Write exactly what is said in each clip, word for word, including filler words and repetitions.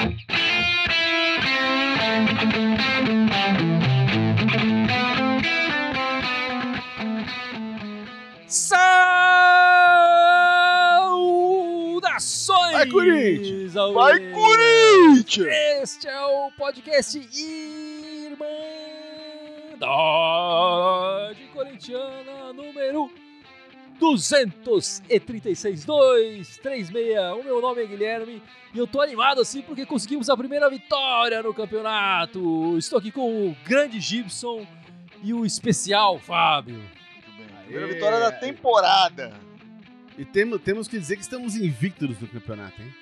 Saudações! Vai, Corinthians! Ao Vai, Corinthians! Este é o podcast Irmandade Corintiana número duzentos e trinta e seis, duzentos e trinta e seis. O meu nome é Guilherme e eu tô animado assim porque conseguimos a primeira vitória no campeonato. Estou aqui com o grande Gibson e o especial Fábio. Muito bem. Primeira vitória da temporada. E temos, temos que dizer que estamos invictos no campeonato, hein?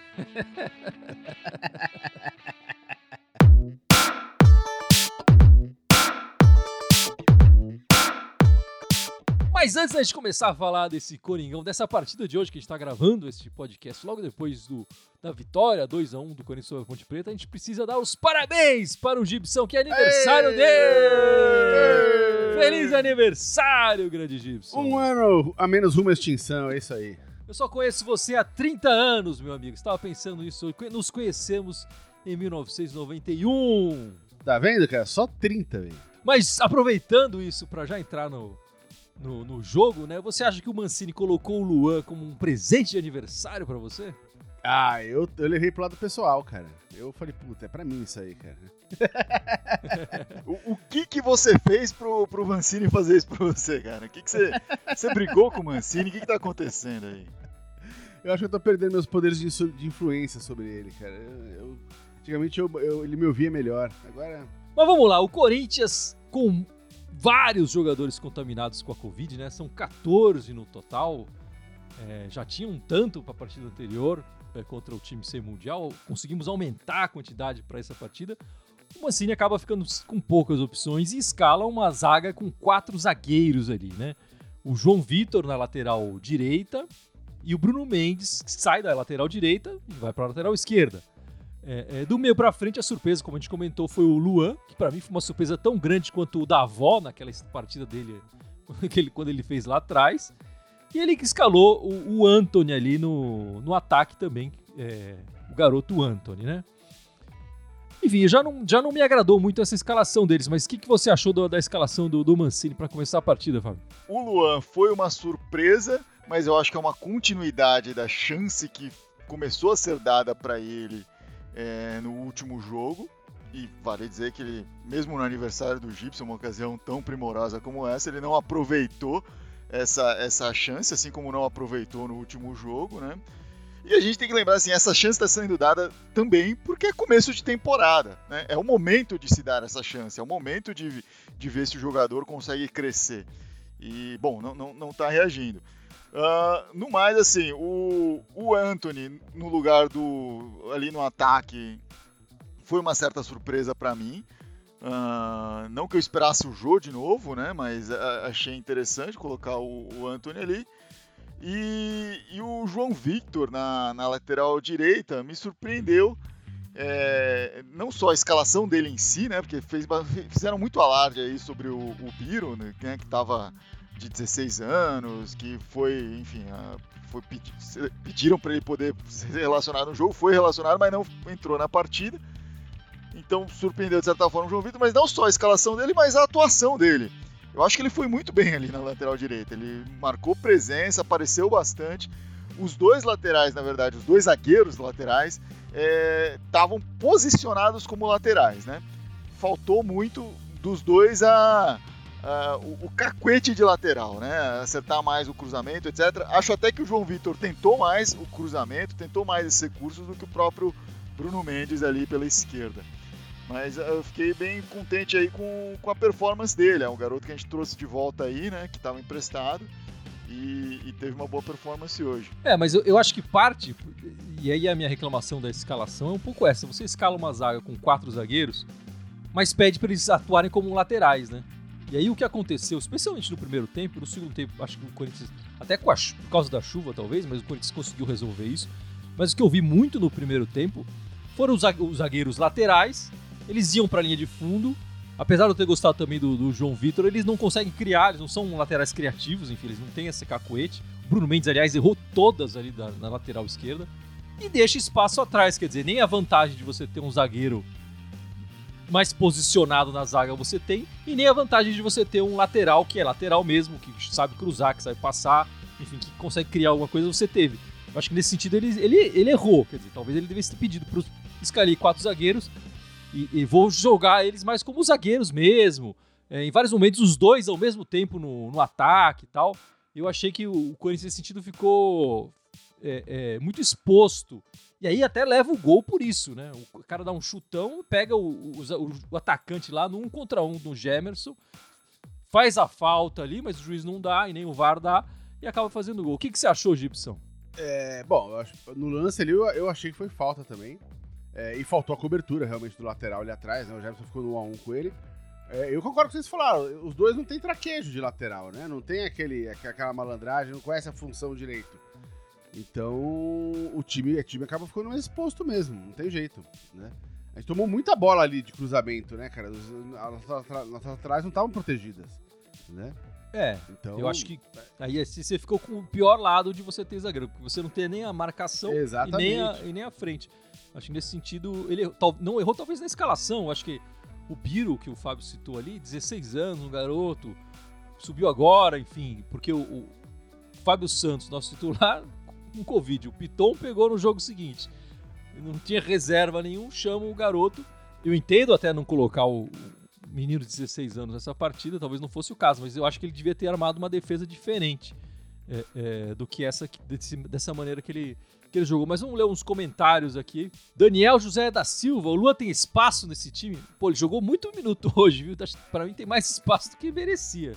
Mas antes da gente começar a falar desse Coringão, dessa partida de hoje que a gente está gravando esse podcast, logo depois do, da vitória dois a um do Corinthians sobre a Ponte Preta, a gente precisa dar os parabéns para o Gibson, que é aniversário Ei! dele! Feliz aniversário, grande Gibson! Um ano a menos rumo à extinção, é isso aí. Eu só conheço você há trinta anos, meu amigo. Estava pensando nisso. Nos conhecemos em mil novecentos e noventa e um. Tá vendo, cara? Só trinta, velho. Mas aproveitando isso para já entrar no, no, no jogo, né? Você acha que o Mancini colocou o Luan como um presente de aniversário para você? Ah, eu, eu levei pro lado pessoal, cara. Eu falei, puta, é pra mim isso aí, cara. o, o que que você fez pro, pro Mancini fazer isso pra você, cara? O que que você, você brigou com o Mancini? O que que tá acontecendo aí? Eu acho que eu tô perdendo meus poderes de, insu- de influência sobre ele, cara. Eu, eu, antigamente eu, eu, ele me ouvia melhor. Agora... Mas vamos lá, o Corinthians com vários jogadores contaminados com a Covid, né? São quatorze no total. É, já tinha um tanto para a partida anterior é, contra o time sem mundial. Conseguimos aumentar a quantidade para essa partida. O Mancini acaba ficando com poucas opções e escala uma zaga com quatro zagueiros ali, né? O João Vitor na lateral direita e o Bruno Mendes, que sai da lateral direita e vai para a lateral esquerda. É, é, do meio para frente, a surpresa, como a gente comentou, foi o Luan, que para mim foi uma surpresa tão grande quanto o Davó naquela partida dele, quando ele fez lá atrás. E ele que escalou o, o Antony ali no, no ataque também, é, o garoto Antony, né? Enfim, já não, já não me agradou muito essa escalação deles, mas o que, que você achou do, da escalação do, do Mancini para começar a partida, Fábio? O Luan foi uma surpresa, mas eu acho que é uma continuidade da chance que começou a ser dada para ele é, no último jogo. E vale dizer que ele, mesmo no aniversário do Gibson, uma ocasião tão primorosa como essa, ele não aproveitou essa, essa chance, assim como não aproveitou no último jogo, né? E a gente tem que lembrar, assim, essa chance está sendo dada também porque é começo de temporada, né? É o momento de se dar essa chance, é o momento de, de ver se o jogador consegue crescer. E, bom, não, não, não tá reagindo. Uh, no mais, assim, o, o Antony no lugar do... ali no ataque foi uma certa surpresa para mim. Uh, não que eu esperasse o Jô de novo, né? Mas uh, achei interessante colocar o, o Antony ali. E, e o João Vitor na, na lateral direita me surpreendeu. É, não só a escalação dele em si, né? Porque fez, fizeram muito alarde aí sobre o, o Biro, né, que estava de dezesseis anos, que foi, enfim, uh, foi pedi, pediram para ele poder ser relacionado no jogo, foi relacionado, mas não entrou na partida. Então surpreendeu de certa forma o João Vitor, mas não só a escalação dele, mas a atuação dele. Eu acho que ele foi muito bem ali na lateral direita, ele marcou presença, apareceu bastante. Os dois laterais, na verdade, os dois zagueiros laterais estavam é, posicionados como laterais, né? Faltou muito dos dois a, a, o, o cacuete de lateral, né? Acertar mais o cruzamento, etcétera. Acho até que o João Vitor tentou mais o cruzamento, tentou mais esses recursos do que o próprio Bruno Mendes ali pela esquerda. Mas eu fiquei bem contente aí com, com a performance dele. É um garoto que a gente trouxe de volta aí, né? Que estava emprestado e, e teve uma boa performance hoje. É, mas eu, eu acho que parte, e aí a minha reclamação da escalação é um pouco essa. Você escala uma zaga com quatro zagueiros, mas pede para eles atuarem como laterais, né? E aí o que aconteceu, especialmente no primeiro tempo, no segundo tempo, acho que o Corinthians, até com a, por causa da chuva talvez, mas o Corinthians conseguiu resolver isso. Mas o que eu vi muito no primeiro tempo foram os zagueiros laterais. Eles iam para a linha de fundo, apesar de eu ter gostado também do, do João Vitor, eles não conseguem criar, eles não são laterais criativos, enfim, eles não têm esse cacuete. O Bruno Mendes, aliás, errou todas ali da, na lateral esquerda. e deixa espaço atrás, quer dizer, nem a vantagem de você ter um zagueiro mais posicionado na zaga você tem, e nem a vantagem de você ter um lateral que é lateral mesmo, que sabe cruzar, que sabe passar, enfim, que consegue criar alguma coisa, você teve. Eu acho que nesse sentido ele, ele, ele errou, quer dizer, talvez ele devesse ter pedido para escalar quatro zagueiros e, e vou jogar eles mais como zagueiros mesmo, é, em vários momentos os dois ao mesmo tempo no, no ataque e tal. Eu achei que o, o Corinthians nesse sentido ficou é, é, muito exposto. E aí até leva o gol por isso, né? O cara dá um chutão, pega o, o, o atacante lá no um contra um do Gemerson, faz a falta ali, mas o juiz não dá e nem o V A R dá, e acaba fazendo o gol. O que, que você achou, Gibson? É, bom, eu acho, no lance ali eu, eu achei que foi falta também. É, e faltou a cobertura realmente do lateral ali atrás, né? O Gemerson ficou no um a um com ele. É, eu concordo com o que vocês falaram, os dois não tem traquejo de lateral, né? Não tem aquele, aquela malandragem, não conhece a função direito. Então, o time, o time acaba ficando mais exposto mesmo, não tem jeito, né? A gente tomou muita bola ali de cruzamento, né, cara? As nossas laterais não estavam protegidas, né? É, então, eu acho que aí assim, você ficou com o pior lado de você ter zagueiro, porque você não tem nem a marcação e nem a, e nem a frente. Acho que nesse sentido, ele não errou talvez na escalação, acho que o Biro, que o Fábio citou ali, dezesseis anos, um garoto, subiu agora, enfim, porque o, o Fábio Santos, nosso titular, com Covid. O Piton pegou no jogo seguinte. Não tinha reserva nenhum, chama o garoto. Eu entendo até não colocar o menino de dezesseis anos nessa partida, talvez não fosse o caso, mas eu acho que ele devia ter armado uma defesa diferente é, é, do que essa, desse, dessa maneira que ele, que ele jogou. Mas vamos ler uns comentários aqui. Daniel José da Silva, o Luan tem espaço nesse time? Pô, ele jogou muito minuto hoje, viu? Pra mim tem mais espaço do que merecia.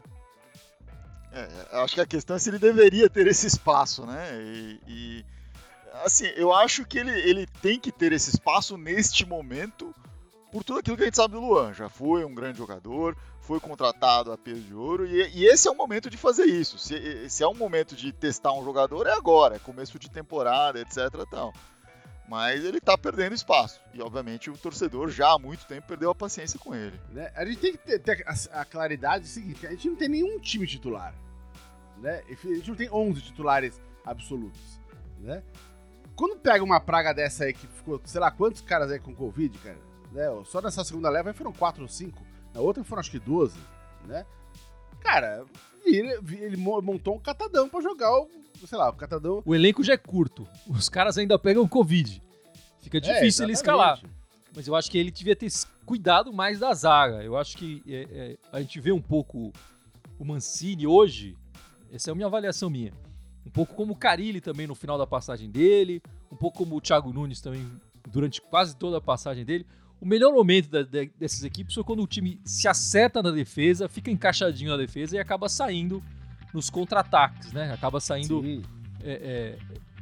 É, acho que a questão é se ele deveria ter esse espaço, né? E, e assim, eu acho que ele, ele tem que ter esse espaço neste momento por tudo aquilo que a gente sabe do Luan. Já foi um grande jogador, foi contratado a peso de ouro e, e esse é o momento de fazer isso. Se, se é um momento de testar um jogador, é agora, é começo de temporada, etc e tal. Mas ele tá perdendo espaço. E, obviamente, o torcedor já há muito tempo perdeu a paciência com ele. Né? A gente tem que ter, ter a, a claridade seguinte, a gente não tem nenhum time titular. Né? A gente não tem onze titulares absolutos. Né? Quando pega uma praga dessa aí que ficou, sei lá, quantos caras aí com Covid, cara? Né? Só nessa segunda leva foram quatro ou cinco. Na outra foram acho que doze. Né? Cara, ele, ele montou um catadão pra jogar o, sei lá, o catadão. O elenco já é curto. Os caras ainda pegam Covid. Fica difícil é, ele escalar. Mas eu acho que ele devia ter cuidado mais da zaga. Eu acho que é, é, a gente vê um pouco o Mancini hoje, essa é a minha avaliação minha, um pouco como o Carille também no final da passagem dele, um pouco como o Thiago Nunes também durante quase toda a passagem dele. O melhor momento da, de, dessas equipes foi quando o time se acerta na defesa, fica encaixadinho na defesa e acaba saindo nos contra-ataques, né? Acaba saindo... É, é,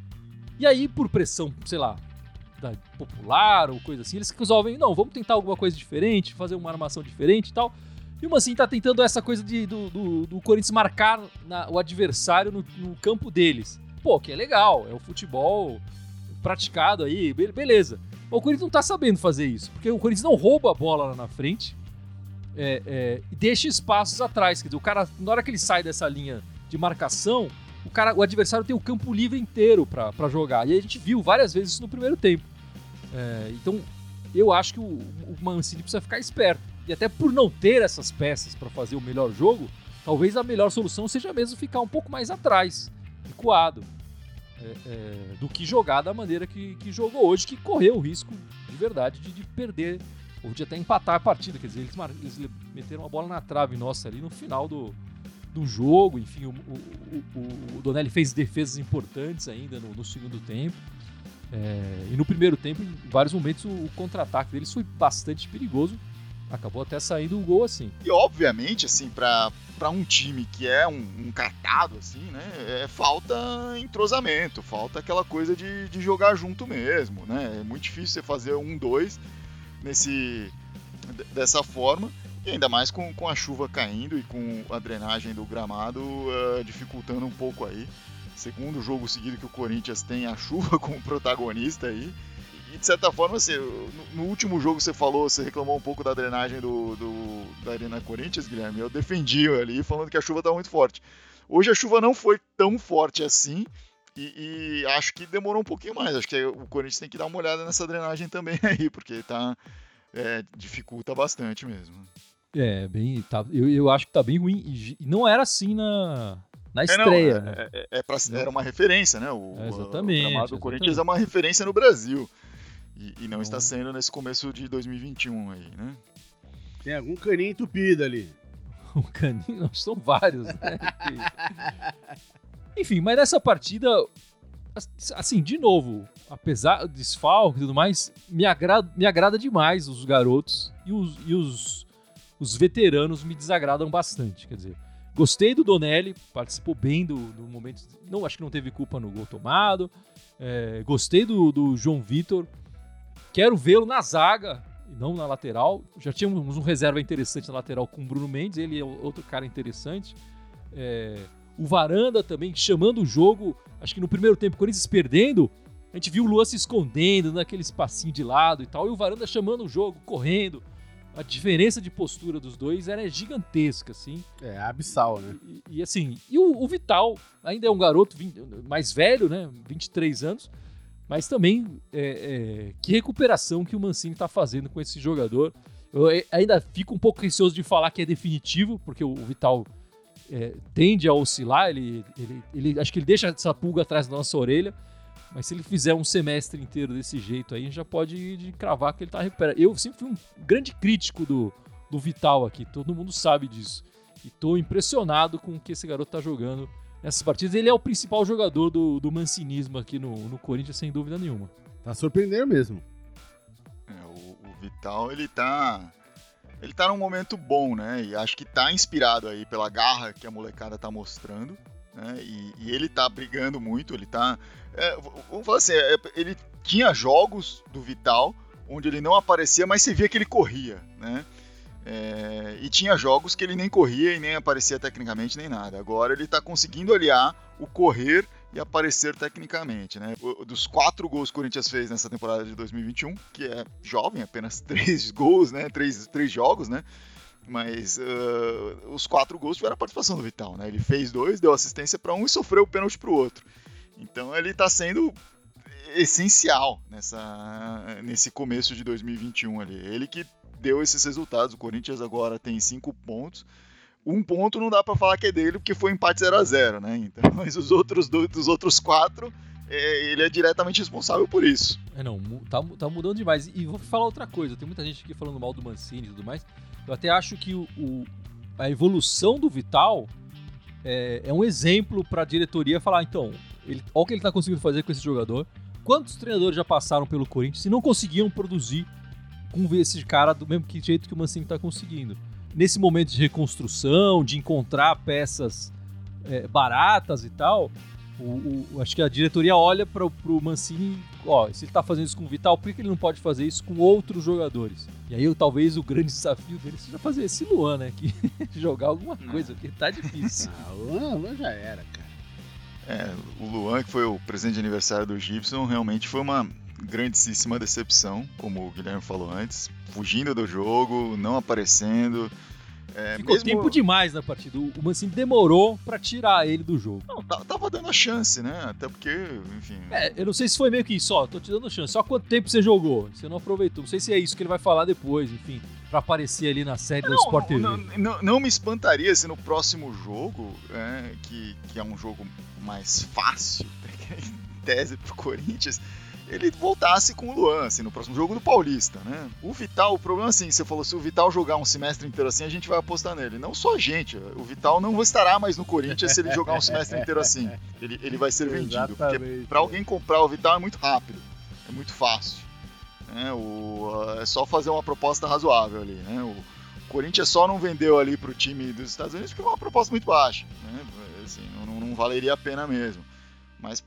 e aí, por pressão, sei lá, da popular ou coisa assim, eles resolvem, não, vamos tentar alguma coisa diferente, fazer uma armação diferente e tal. E o Mancini tá tentando essa coisa de, do, do, do Corinthians marcar na, o adversário no, no campo deles. Pô, que é legal, é o futebol praticado aí, beleza. Mas o Corinthians não tá sabendo fazer isso, porque o Corinthians não rouba a bola lá na frente é, é, e deixa espaços atrás. Quer dizer, o cara, na hora que ele sai dessa linha de marcação, o, cara, o adversário tem o campo livre inteiro pra, pra jogar. E a gente viu várias vezes isso no primeiro tempo. É, então, eu acho que o, o Mancini precisa ficar esperto. E até por não ter essas peças para fazer o melhor jogo, talvez a melhor solução seja mesmo ficar um pouco mais atrás, recuado, é, é, do que jogar da maneira que, que jogou hoje, que correu o risco de verdade de, de perder, ou de até empatar a partida. Quer dizer, eles, eles meteram uma bola na trave nossa ali no final do, do jogo. Enfim, o, o, o, o Donelli fez defesas importantes ainda no, no segundo tempo. É, e no primeiro tempo, em vários momentos, o, o contra-ataque deles foi bastante perigoso. Acabou até saindo o gol assim. E obviamente, assim, pra, pra um time que é um, um catado, assim, né, é, falta entrosamento, falta aquela coisa de, de jogar junto mesmo, né? É muito difícil você fazer um, dois nesse, dessa forma, e ainda mais com, com a chuva caindo e com a drenagem do gramado uh, dificultando um pouco aí. Segundo jogo seguido que o Corinthians tem a chuva como protagonista aí. E de certa forma, assim, no último jogo você falou, você reclamou um pouco da drenagem do, do, da Arena Corinthians, Guilherme. Eu defendi ali, falando que a chuva estava muito forte. Hoje a chuva não foi tão forte assim, E, e acho que demorou um pouquinho mais. Acho que o Corinthians tem que dar uma olhada nessa drenagem também aí, porque tá, é, dificulta bastante mesmo. É, bem, tá, eu, eu acho que tá bem ruim. E não era assim na, na estreia. É, não, é, é, é pra, era uma referência, né? O, é exatamente. O gramado do Corinthians é uma referência no Brasil. E, e não então, está sendo nesse começo de dois mil e vinte e um aí, né? Tem algum caninho entupido ali. Um caninho? São vários, né? Enfim, mas nessa partida, assim, de novo, apesar do desfalque e tudo mais, me agrada, me agrada demais os garotos e os, e os, os veteranos me desagradam bastante. Quer dizer, gostei do Donelli, participou bem do, do momento, não, acho que não teve culpa no gol tomado. É, gostei do, do João Vitor, quero vê-lo na zaga e não na lateral. Já tínhamos um reserva interessante na lateral com o Bruno Mendes, ele é outro cara interessante. É... O Varanda também chamando o jogo, acho que no primeiro tempo, o Corinthians perdendo, a gente viu o Luan se escondendo naquele espacinho de lado e tal, e o Varanda chamando o jogo, correndo. A diferença de postura dos dois era gigantesca, assim. É, abissal, né? E, e assim, e o, o Vital ainda é um garoto vinte, mais velho, né, vinte e três anos, mas também é, é, que recuperação que o Mancini tá fazendo com esse jogador. Eu ainda fico um pouco receoso de falar que é definitivo, porque o, o Vital... É, tende a oscilar, ele, ele, ele, acho que ele deixa essa pulga atrás da nossa orelha, mas se ele fizer um semestre inteiro desse jeito aí, a gente já pode de cravar que ele tá recuperado. Eu sempre fui um grande crítico do, do Vital aqui, todo mundo sabe disso, e tô impressionado com o que esse garoto tá jogando nessas partidas. Ele é o principal jogador do, do mancinismo aqui no, no Corinthians, sem dúvida nenhuma. Tá surpreendendo mesmo. É, o, o Vital, ele tá... Ele tá num momento bom, né? E acho que tá inspirado aí pela garra que a molecada tá mostrando, né? E, e ele tá brigando muito, ele tá... É, vamos falar assim, é, ele tinha jogos do Vital onde ele não aparecia, mas você via que ele corria, né? É, e tinha jogos que ele nem corria e nem aparecia tecnicamente nem nada. Agora ele tá conseguindo aliar o correr e aparecer tecnicamente, né? O, dos quatro gols que o Corinthians fez nessa temporada de dois mil e vinte e um, que é jovem, apenas três gols, né? Três, três jogos, né? Mas uh, os quatro gols tiveram a participação do Vital, né? Ele fez dois, deu assistência para um e sofreu o pênalti para o outro. Então ele tá sendo essencial nessa, nesse começo de dois mil e vinte e um ali. Ele que deu esses resultados. O Corinthians agora tem cinco pontos. Um ponto não dá pra falar que é dele, porque foi um empate zero a zero, né? Então, mas os outros dois, dos outros quatro, é, ele é diretamente responsável por isso. É, não, tá, tá mudando demais. E vou falar outra coisa, tem muita gente aqui falando mal do Mancini e tudo mais. Eu até acho que o, o, a evolução do Vital é, é um exemplo pra diretoria falar, então, ele, olha o que ele tá conseguindo fazer com esse jogador. Quantos treinadores já passaram pelo Corinthians e não conseguiam produzir com esse cara do mesmo jeito que o Mancini tá conseguindo? Nesse momento de reconstrução, de encontrar peças é, baratas e tal, o, o, acho que a diretoria olha para o Mancini, ó, se ele tá fazendo isso com o Vital, por que ele não pode fazer isso com outros jogadores? E aí talvez o grande desafio dele seja fazer esse Luan, né, que jogar alguma coisa, porque tá difícil. Ah, o Luan, Luan já era, cara. É, o Luan, que foi o presente de aniversário do Gibson, realmente foi uma grandíssima decepção, como o Guilherme falou antes, fugindo do jogo, não aparecendo. É, Ficou mesmo... tempo demais na partida. O Mancini demorou pra tirar ele do jogo. Não, tava dando a chance, né? Até porque, enfim... É, eu não sei se foi meio que isso, ó, tô te dando chance. Só quanto tempo você jogou? Você não aproveitou. Não sei se é isso que ele vai falar depois, enfim, pra aparecer ali na série do Sport T V. Não, não, não me espantaria se no próximo jogo, é, que, que é um jogo mais fácil, em tese pro Corinthians, ele voltasse com o Luan, assim, no próximo jogo do Paulista, né? O Vital, o problema é assim, você falou, se o Vital jogar um semestre inteiro assim, a gente vai apostar nele. Não só a gente, o Vital não estará mais no Corinthians se ele jogar um semestre inteiro assim. Ele, ele vai ser vendido, porque para alguém comprar o Vital é muito rápido, é muito fácil. Né? O, é só fazer uma proposta razoável ali, né? O Corinthians só não vendeu ali pro time dos Estados Unidos porque é uma proposta muito baixa, né? Assim, não, não valeria a pena mesmo. Mas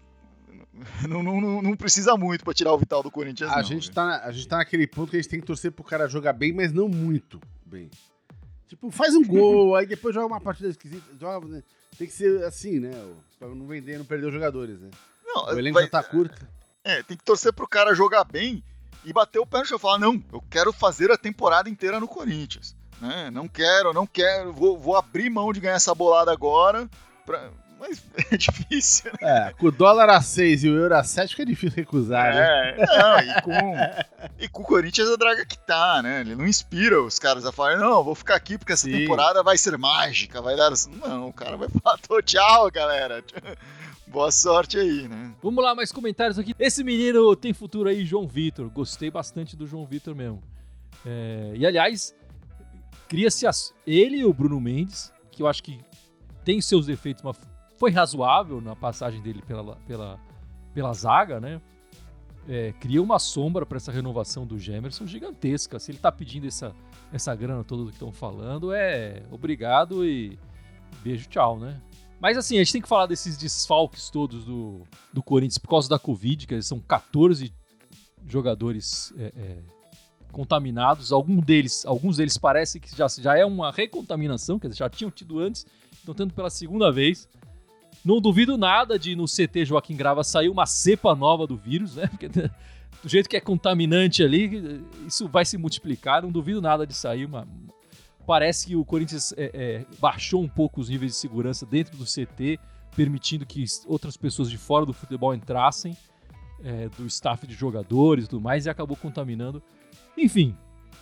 Não, não, não precisa muito pra tirar o Vital do Corinthians, a não. Gente tá na, a gente tá naquele ponto que a gente tem que torcer pro cara jogar bem, mas não muito bem. Tipo, faz um gol, aí depois joga uma partida esquisita. Joga, né? Tem que ser assim, né? Pra não vender, não perder os jogadores, né? Não, o elenco vai, já tá curto. É, tem que torcer pro cara jogar bem e bater o pé no chão e falar, não, eu quero fazer a temporada inteira no Corinthians. Né? Não quero, não quero, vou, vou abrir mão de ganhar essa bolada agora. Pra... mas é difícil, né? É, com o dólar a seis e o euro a sete fica difícil recusar, né? É, não, e com, e com o Corinthians a draga que tá, né? Ele não inspira os caras a falar, não, vou ficar aqui porque essa Sim. temporada vai ser mágica, vai dar assim. Não, o cara vai falar, tô, tchau, galera. Boa sorte aí, né? Vamos lá, mais comentários aqui. Esse menino tem futuro aí, João Vitor. Gostei bastante do João Vitor mesmo. É, e, aliás, cria-se as... ele e o Bruno Mendes, que eu acho que tem seus defeitos, mas foi razoável na passagem dele pela, pela, pela zaga, né? É, cria uma sombra para essa renovação do Gemerson gigantesca. Se ele tá pedindo essa, essa grana toda do que estão falando, é obrigado e beijo, tchau, né? Mas assim, a gente tem que falar desses desfalques todos do, do Corinthians por causa da Covid, que são catorze jogadores é, é, contaminados. Algum deles, alguns deles parece que já, já é uma recontaminação, quer dizer, já tinham tido antes, estão tendo pela segunda vez. Não duvido nada de no C T Joaquim Grava sair uma cepa nova do vírus, né? Porque do jeito que é contaminante ali, isso vai se multiplicar. Não duvido nada de sair uma... Parece que o Corinthians é, é, baixou um pouco os níveis de segurança dentro do C T, permitindo que outras pessoas de fora do futebol entrassem, é, do staff de jogadores e tudo mais, e acabou contaminando. Enfim,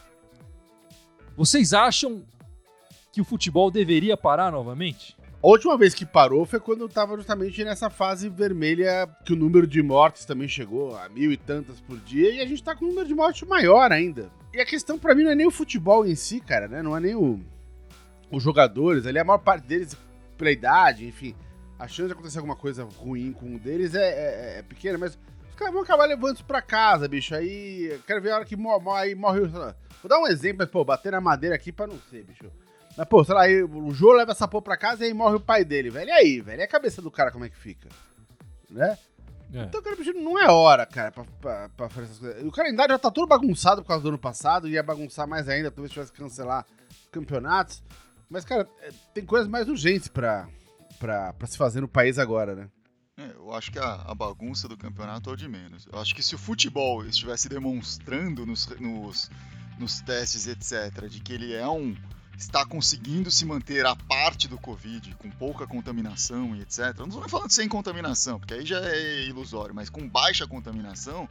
vocês acham que o futebol deveria parar novamente? A última vez que parou foi quando eu tava justamente nessa fase vermelha, que o número de mortes também chegou a mil e tantas por dia, e a gente tá com um número de mortes maior ainda. E a questão pra mim não é nem o futebol em si, cara, né? Não é nem o, os jogadores, ali a maior parte deles, pela idade, enfim, a chance de acontecer alguma coisa ruim com um deles é, é, é pequena, mas os caras vão acabar levando isso pra casa, bicho, aí quero ver a hora que morre, morre, morre vou dar um exemplo, mas pô, bater na madeira aqui pra não ser, bicho. Mas, pô, sei lá, aí, o Jô leva essa porra pra casa e aí morre o pai dele, velho. E aí, velho? E a cabeça do cara como é que fica? Né? É. Então, cara, bicho, não é hora, cara, pra, pra, pra fazer essas coisas. O calendário já tá todo bagunçado por causa do ano passado, ia bagunçar mais ainda, talvez tivesse que cancelar campeonatos. Mas, cara, tem coisas mais urgentes pra, pra, pra se fazer no país agora, né? É, eu acho que a, a bagunça do campeonato é o de menos. Eu acho que se o futebol estivesse demonstrando nos, nos, nos testes, etcétera, de que ele é um... está conseguindo se manter à parte do Covid, com pouca contaminação e etcétera. Não estou nem falando sem contaminação, porque aí já é ilusório, mas com baixa contaminação,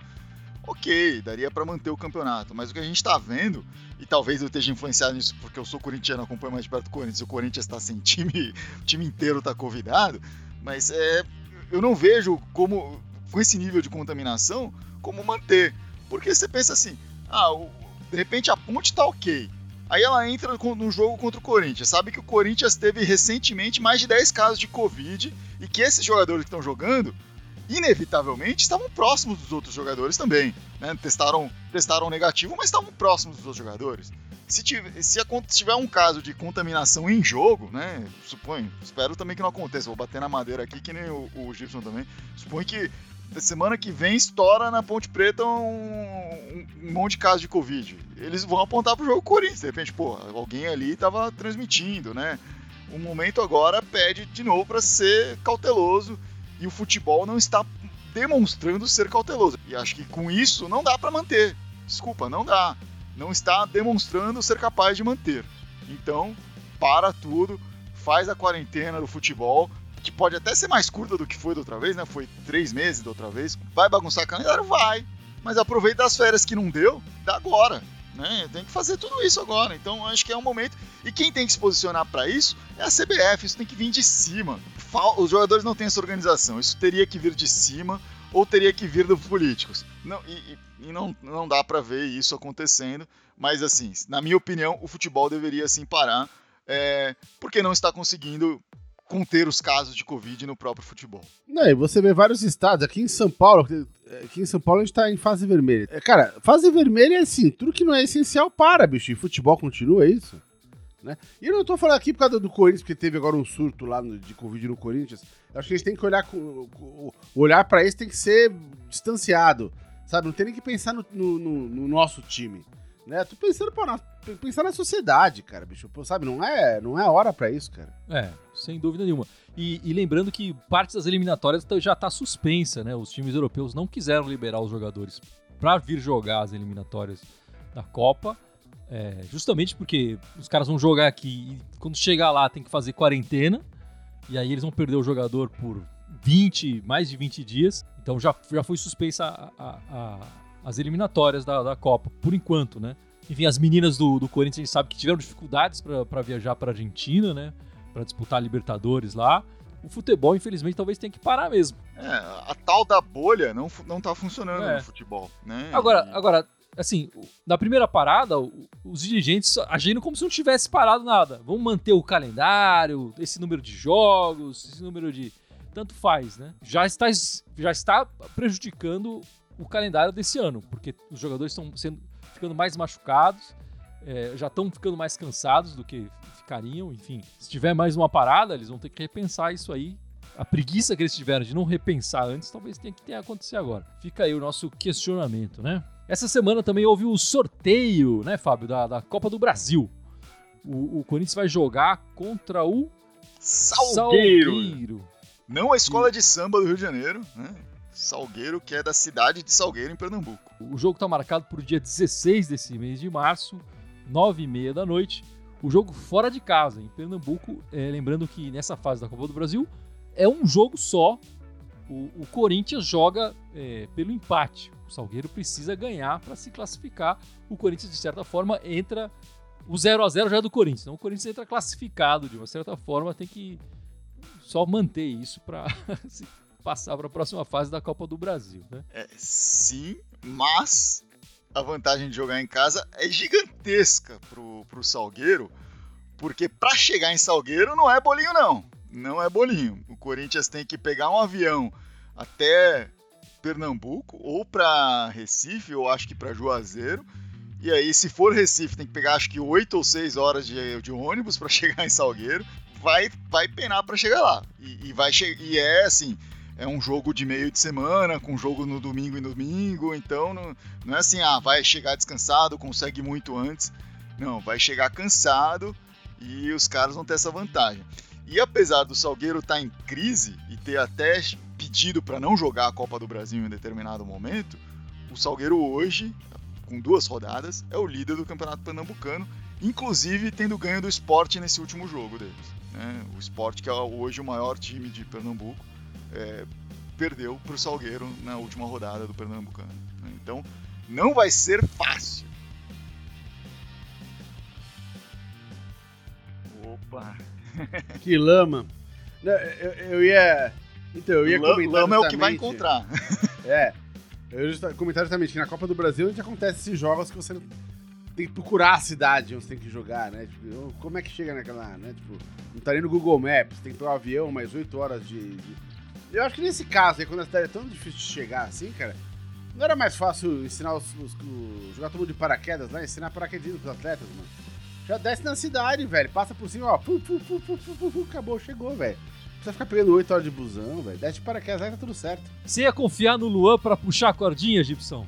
ok, daria para manter o campeonato. Mas o que a gente está vendo, e talvez eu esteja influenciado nisso porque eu sou corintiano, acompanho mais de perto do Corinthians, e o Corinthians está sem time, o time inteiro está convidado, mas é, eu não vejo como, com esse nível de contaminação, como manter. Porque você pensa assim, ah, o, de repente a ponte está ok, aí ela entra no jogo contra o Corinthians. Sabe que o Corinthians teve recentemente mais de dez casos de Covid e que esses jogadores que estão jogando, inevitavelmente, estavam próximos dos outros jogadores também. Né? Testaram, testaram negativo, mas estavam próximos dos outros jogadores. Se tiver, se tiver um caso de contaminação em jogo, né? Suponho, espero também que não aconteça. Vou bater na madeira aqui, que nem o, o Gibson também. Suponho que semana que vem estoura na Ponte Preta um, um monte de casos de Covid. Eles vão apontar pro jogo Corinthians. De repente, pô, alguém ali tava transmitindo, né? O momento agora pede de novo para ser cauteloso e o futebol não está demonstrando ser cauteloso. E acho que com isso não dá para manter. Desculpa, não dá. Não está demonstrando ser capaz de manter. Então, para tudo, faz a quarentena do futebol, que pode até ser mais curta do que foi da outra vez, né? Foi três meses da outra vez. Vai bagunçar calendário? Vai. Mas aproveita as férias que não deu, dá agora. Né? Tem que fazer tudo isso agora. Então acho que é um momento. E quem tem que se posicionar para isso é a C B F. Isso tem que vir de cima. Os jogadores não têm essa organização. Isso teria que vir de cima ou teria que vir dos políticos. Não, e e não, não dá para ver isso acontecendo. Mas assim, na minha opinião, o futebol deveria sim parar. É, porque não está conseguindo conter os casos de Covid no próprio futebol. Não, e você vê vários estados, aqui em São Paulo, aqui em São Paulo a gente tá em fase vermelha. Cara, fase vermelha é assim, tudo que não é essencial para, bicho, e futebol continua, é isso? Né? E eu não tô falando aqui por causa do Corinthians, porque teve agora um surto lá no, de Covid no Corinthians. Eu acho que a gente tem que olhar, o olhar pra isso tem que ser distanciado, sabe? Não tem nem que pensar no, no, no, no nosso time. Né? Tô pensando, pô, na, pensar na sociedade, cara, bicho. Pô, sabe, não é, não é hora pra isso, cara. É, sem dúvida nenhuma. E, e lembrando que parte das eliminatórias já tá suspensa, né? Os times europeus não quiseram liberar os jogadores pra vir jogar as eliminatórias da Copa, é, justamente porque os caras vão jogar aqui e quando chegar lá tem que fazer quarentena. e aí eles vão perder o jogador por vinte, mais de vinte dias. Então já, já foi suspensa a, a, a, as eliminatórias da, da Copa, por enquanto, né? Enfim, as meninas do, do Corinthians, a gente sabe que tiveram dificuldades para viajar para a Argentina, né? Para disputar a Libertadores lá. O futebol, infelizmente, talvez tenha que parar mesmo. É, a tal da bolha não, não tá funcionando É. no futebol, né? Agora, E- agora, assim, na primeira parada, o- os dirigentes agindo como se não tivesse parado nada. Vamos manter o calendário, esse número de jogos, esse número de... Tanto faz, né? Já está, já está prejudicando o calendário desse ano, porque os jogadores estão sendo, ficando mais machucados, é, já estão ficando mais cansados do que ficariam, enfim. Se tiver mais uma parada, eles vão ter que repensar isso aí. A preguiça que eles tiveram de não repensar antes, talvez tenha que ter acontecer agora. Fica aí o nosso questionamento, né? Essa semana também houve o sorteio, né, Fábio, da, da Copa do Brasil. O, o Corinthians vai jogar contra o Salgueiro. Salgueiro. Não a escola de samba do Rio de Janeiro, né? Salgueiro, que é da cidade de Salgueiro, em Pernambuco. O jogo está marcado para o dia dezesseis desse mês de março, nove e meia da noite. O jogo fora de casa, em Pernambuco. É, lembrando que nessa fase da Copa do Brasil é um jogo só. O, o Corinthians joga é, pelo empate. O Salgueiro precisa ganhar para se classificar. O Corinthians, de certa forma, entra... O zero a zero já é do Corinthians. Então o Corinthians entra classificado, de uma certa forma. Tem que só manter isso para passar para a próxima fase da Copa do Brasil, né? É, sim, mas a vantagem de jogar em casa é gigantesca pro, pro Salgueiro, porque para chegar em Salgueiro não é bolinho não, não é bolinho. O Corinthians tem que pegar um avião até Pernambuco ou para Recife, ou acho que para Juazeiro, e aí se for Recife tem que pegar acho que oito ou seis horas de, de ônibus para chegar em Salgueiro, vai, vai penar para chegar lá, e, e, vai che- e é assim... É um jogo de meio de semana, com jogo no domingo e no domingo, então não, não é assim, ah, vai chegar descansado, consegue muito antes. Não, vai chegar cansado e os caras vão ter essa vantagem. E apesar do Salgueiro estar em crise e ter até pedido para não jogar a Copa do Brasil em determinado momento, o Salgueiro hoje, com duas rodadas, é o líder do Campeonato Pernambucano, inclusive tendo ganho do Sport nesse último jogo deles, né? O Sport, que é hoje o maior time de Pernambuco, É, perdeu para o Salgueiro na última rodada do Pernambucano. Então, não vai ser fácil. Opa! Que lama. Não, Eu, eu ia. Então, eu ia Lama, comentar. lama é o que vai justamente- encontrar. É. Eu ia justa- comentar justamente que na Copa do Brasil a gente acontece esses jogos que você tem que procurar a cidade onde você tem que jogar, né? Tipo, como é que chega naquela, né? Tipo, não tá nem no Google Maps, tem que ter um avião, mais oito horas de, de... Eu acho que nesse caso aí, quando a cidade é tão difícil de chegar assim, cara, não era mais fácil ensinar os, os, os jogar todo mundo de paraquedas lá, ensinar paraquedismo pros atletas, mano. Já desce na cidade, velho, passa por cima, ó, pu, pu, pu, pu, pu, pu, pu, acabou, chegou, velho. Não precisa ficar pegando oito horas de busão, velho. Desce de paraquedas aí, tá tudo certo. Você ia confiar no Luan para puxar a cordinha, Gibson?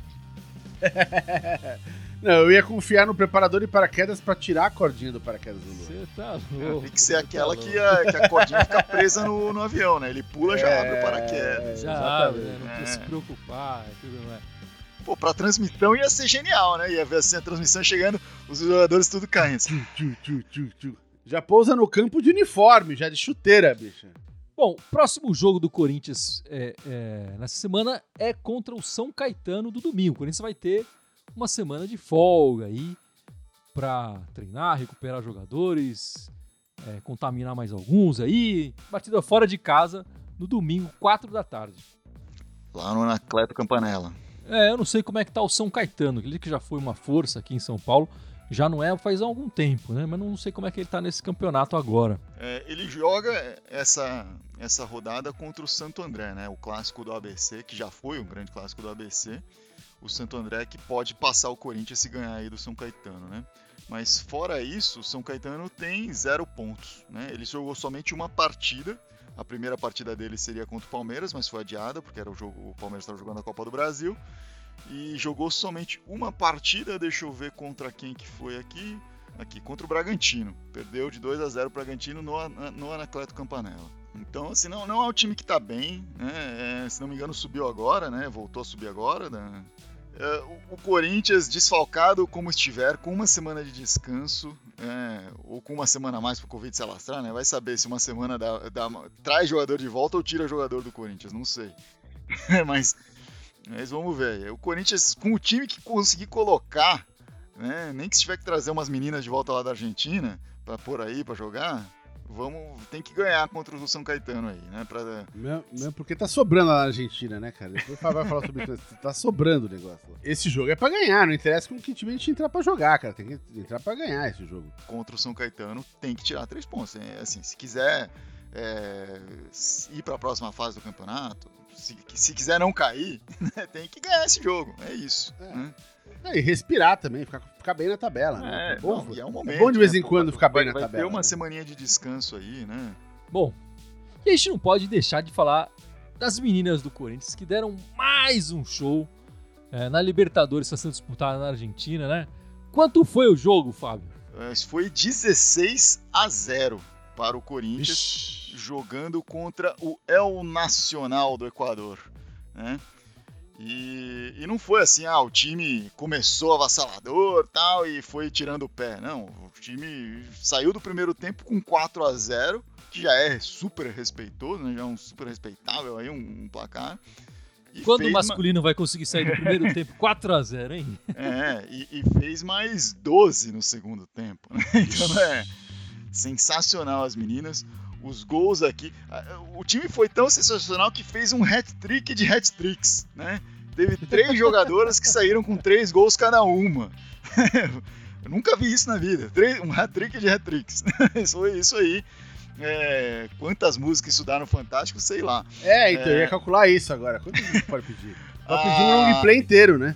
Não, eu ia confiar no preparador de paraquedas pra tirar a cordinha do paraquedas do Luan. Você tá louco. Tem que ser você aquela tá que a, que a cordinha fica presa no, no avião, né? Ele pula, já abre o paraquedas. Já exatamente. abre, né? Não precisa É. se preocupar. é tudo mais. Pô, pra transmissão ia ser genial, né? Ia ver assim a transmissão chegando, os jogadores tudo caindo. Tchu, tchu, tchu, tchu, tchu. Já pousa no campo de uniforme, já de chuteira, bicha. Bom, o próximo jogo do Corinthians é, é, nessa semana é contra o São Caetano do domingo. O Corinthians vai ter uma semana de folga aí para treinar, recuperar jogadores, é, contaminar mais alguns aí. Partida fora de casa no domingo, quatro da tarde. Lá no Anacleto Campanella. É, eu não sei como é que tá o São Caetano, aquele que já foi uma força aqui em São Paulo, já não é faz algum tempo, né? Mas não sei como é que ele tá nesse campeonato agora. É, ele joga essa, essa rodada contra o Santo André, né? O clássico do A B C, que já foi um grande clássico do A B C. O Santo André que pode passar o Corinthians se ganhar aí do São Caetano, né? Mas fora isso, o São Caetano tem zero pontos, né? Ele jogou somente uma partida. A primeira partida dele seria contra o Palmeiras, mas foi adiada, porque era o jogo, o Palmeiras estava jogando a Copa do Brasil. E jogou somente uma partida, deixa eu ver contra quem que foi aqui. Aqui, contra o Bragantino. Perdeu de dois a zero o Bragantino no, no Anacleto Campanella. Então, assim, não, não é um time que tá bem, né? É, se não me engano, subiu agora, né? Voltou a subir agora, né? Uh, o, o Corinthians desfalcado como estiver, com uma semana de descanso, é, ou com uma semana a mais pro Covid se alastrar, né? Vai saber se uma semana dá, dá, traz jogador de volta ou tira jogador do Corinthians, não sei. mas, mas vamos ver. O Corinthians, com o time que conseguir colocar, né? Nem que se tiver que trazer umas meninas de volta lá da Argentina pra pôr aí pra jogar, vamos, tem que ganhar contra o São Caetano aí, né? Pra... Mesmo, mesmo porque tá sobrando lá na Argentina, né, cara? Depois vai falar sobre isso. Tá sobrando o negócio. Esse jogo é pra ganhar, não interessa com que time a gente entrar pra jogar, cara. Tem que entrar pra ganhar esse jogo. Contra o São Caetano tem que tirar três pontos. Né? Assim, se quiser é, ir pra próxima fase do campeonato, se, se quiser não cair, né, tem que ganhar esse jogo. É isso. É. Né? É, e respirar também, ficar, ficar bem na tabela. Né? É, bom, não, e é um momento. é bom de vez em né? quando ficar vai, bem na vai tabela. Vai ter uma né? semaninha de descanso aí, né? Bom, e a gente não pode deixar de falar das meninas do Corinthians que deram mais um show é, na Libertadores, está sendo disputada na Argentina, né? Quanto foi o jogo, Fábio? É, foi dezesseis a zero para o Corinthians, Ixi. jogando contra o El Nacional do Equador, né? E, e não foi assim, ah, o time começou avassalador tal, e foi tirando o pé. Não, o time saiu do primeiro tempo com quatro a zero, que já é super respeitoso, né? Já é um super respeitável aí, um, um placar. E Quando fez o masculino ma... vai conseguir sair do primeiro tempo quatro a zero, hein? É, e, e fez mais doze no segundo tempo. Né? Então é sensacional as meninas. Os gols aqui. O time foi tão sensacional que fez um hat-trick de hat-tricks, né? Teve três jogadoras que saíram com três gols cada uma. Eu nunca vi isso na vida. Um hat-trick de hat-tricks. Isso foi isso aí. É, quantas músicas isso dá no Fantástico, sei lá. É, então é... eu ia calcular isso agora. Quantas músicas pode pedir? Pode pedir Ah... um long play inteiro, né?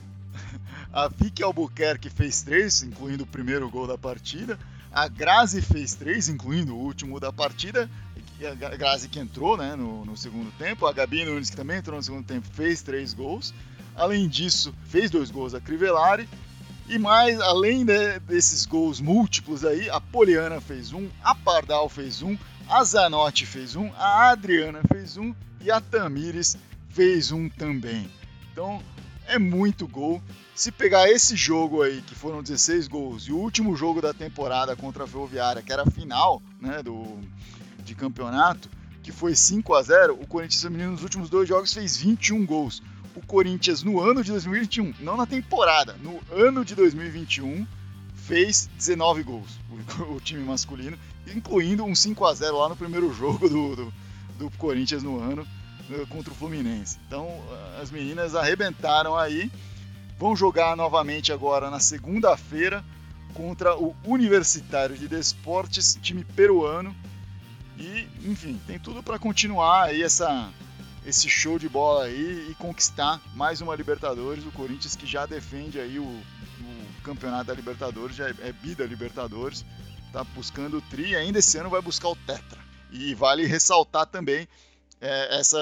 A Vicky Albuquerque fez três, incluindo o primeiro gol da partida. A Grazi fez três, incluindo o último da partida. A Grazi que entrou, né, no, no segundo tempo. A Gabi Nunes, que também entrou no segundo tempo, fez três gols. Além disso, fez dois gols a Crivellari. E mais, além de, desses gols múltiplos aí, a Poliana fez um, a Pardal fez um, a Zanotti fez um, a Adriana fez um e a Tamires fez um também. Então, é muito gol. Se pegar esse jogo aí, que foram dezesseis gols, e o último jogo da temporada contra a Ferroviária, que era a final, né, do, de campeonato, que foi cinco a zero, o Corinthians feminino nos últimos dois jogos fez vinte e um gols. O Corinthians no ano de dois mil e vinte e um, não na temporada, no ano de dois mil e vinte e um, fez dezenove gols, o, o time masculino, incluindo um cinco a zero lá no primeiro jogo do, do, do Corinthians no ano, contra o Fluminense. Então, as meninas arrebentaram aí. Vão jogar novamente agora na segunda-feira contra o Universitário de Desportes, time peruano. E, enfim, tem tudo para continuar aí essa, esse show de bola aí e conquistar mais uma Libertadores. O Corinthians que já defende aí o, o campeonato da Libertadores, já é, é bi da Libertadores, tá buscando o tri e ainda esse ano vai buscar o tetra. E vale ressaltar também é, essa...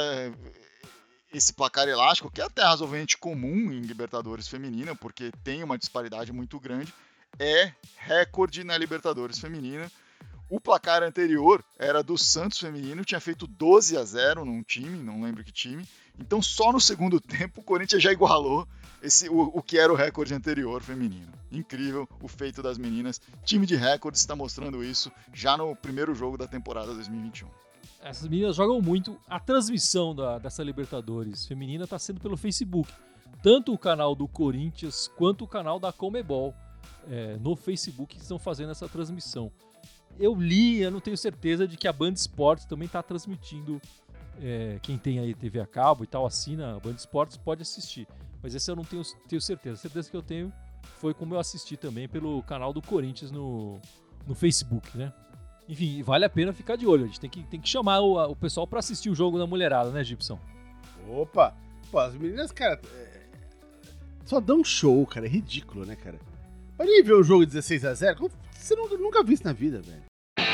esse placar elástico, que é até razoavelmente comum em Libertadores feminina, porque tem uma disparidade muito grande, é recorde na Libertadores feminina. O placar anterior era do Santos feminino, tinha feito doze a zero num time, não lembro que time. Então só no segundo tempo o Corinthians já igualou esse, o, o que era o recorde anterior feminino. Incrível o feito das meninas. Time de recordes está mostrando isso já no primeiro jogo da temporada dois mil e vinte e um. Essas meninas jogam muito. A transmissão da, dessa Libertadores feminina está sendo pelo Facebook. Tanto o canal do Corinthians quanto o canal da Conmebol é, no Facebook estão fazendo essa transmissão. Eu li, eu não tenho certeza de que a Band Esportes também está transmitindo. É, quem tem aí T V a cabo e tal, assina a Band Esportes, pode assistir. Mas esse eu não tenho, tenho certeza. A certeza que eu tenho foi como eu assisti também pelo canal do Corinthians no, no Facebook, né? Enfim, vale a pena ficar de olho. A gente tem que, tem que chamar o, o pessoal pra assistir o jogo da mulherada, né, Gibson? Opa! Pô, as meninas, cara, é... só dão show, cara. É ridículo, né, cara? Pra nem ver o jogo dezesseis a zero, você nunca, nunca viu isso na vida, velho.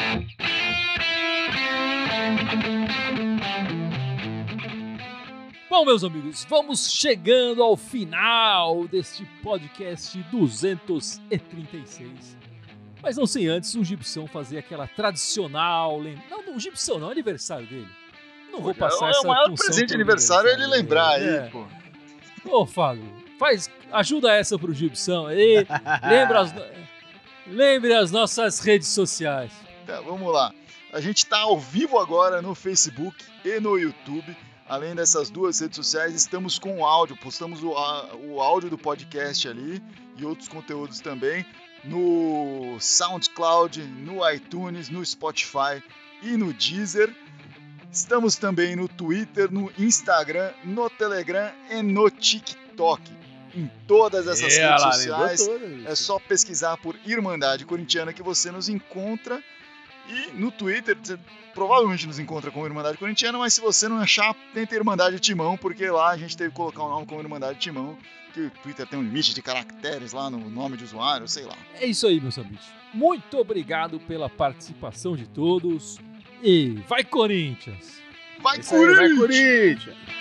Bom, meus amigos, vamos chegando ao final deste podcast duzentos e trinta e seis. Mas não sem antes o Gibson fazer aquela tradicional... Lem... Não, o Gibson não, é aniversário dele. Não vou passar é, essa o maior função presente de aniversário é ele lembrar aí, é. pô. Ô, Fábio, faz ajuda essa pro Gibson aí. Lembra as, lembre as nossas redes sociais. Tá, vamos lá. A gente está ao vivo agora no Facebook e no YouTube. Além dessas duas redes sociais, estamos com o áudio. Postamos o, a, o áudio do podcast ali e outros conteúdos também no SoundCloud, no iTunes, no Spotify e no Deezer. Estamos também no Twitter, no Instagram, no Telegram e no TikTok. Em todas essas É, redes lá, sociais, todas. é só pesquisar por Irmandade Corintiana que você nos encontra. E no Twitter, você provavelmente nos encontra como Irmandade Corintiana, mas se você não achar, tenta Irmandade Timão, porque lá a gente teve que colocar o nome como Irmandade Timão, que o Twitter tem um limite de caracteres lá no nome de usuário, sei lá. É isso aí, meus amigos. Muito obrigado pela participação de todos. E vai, Corinthians! Vai, Isso aí, vai, Corinthians! Corinthians!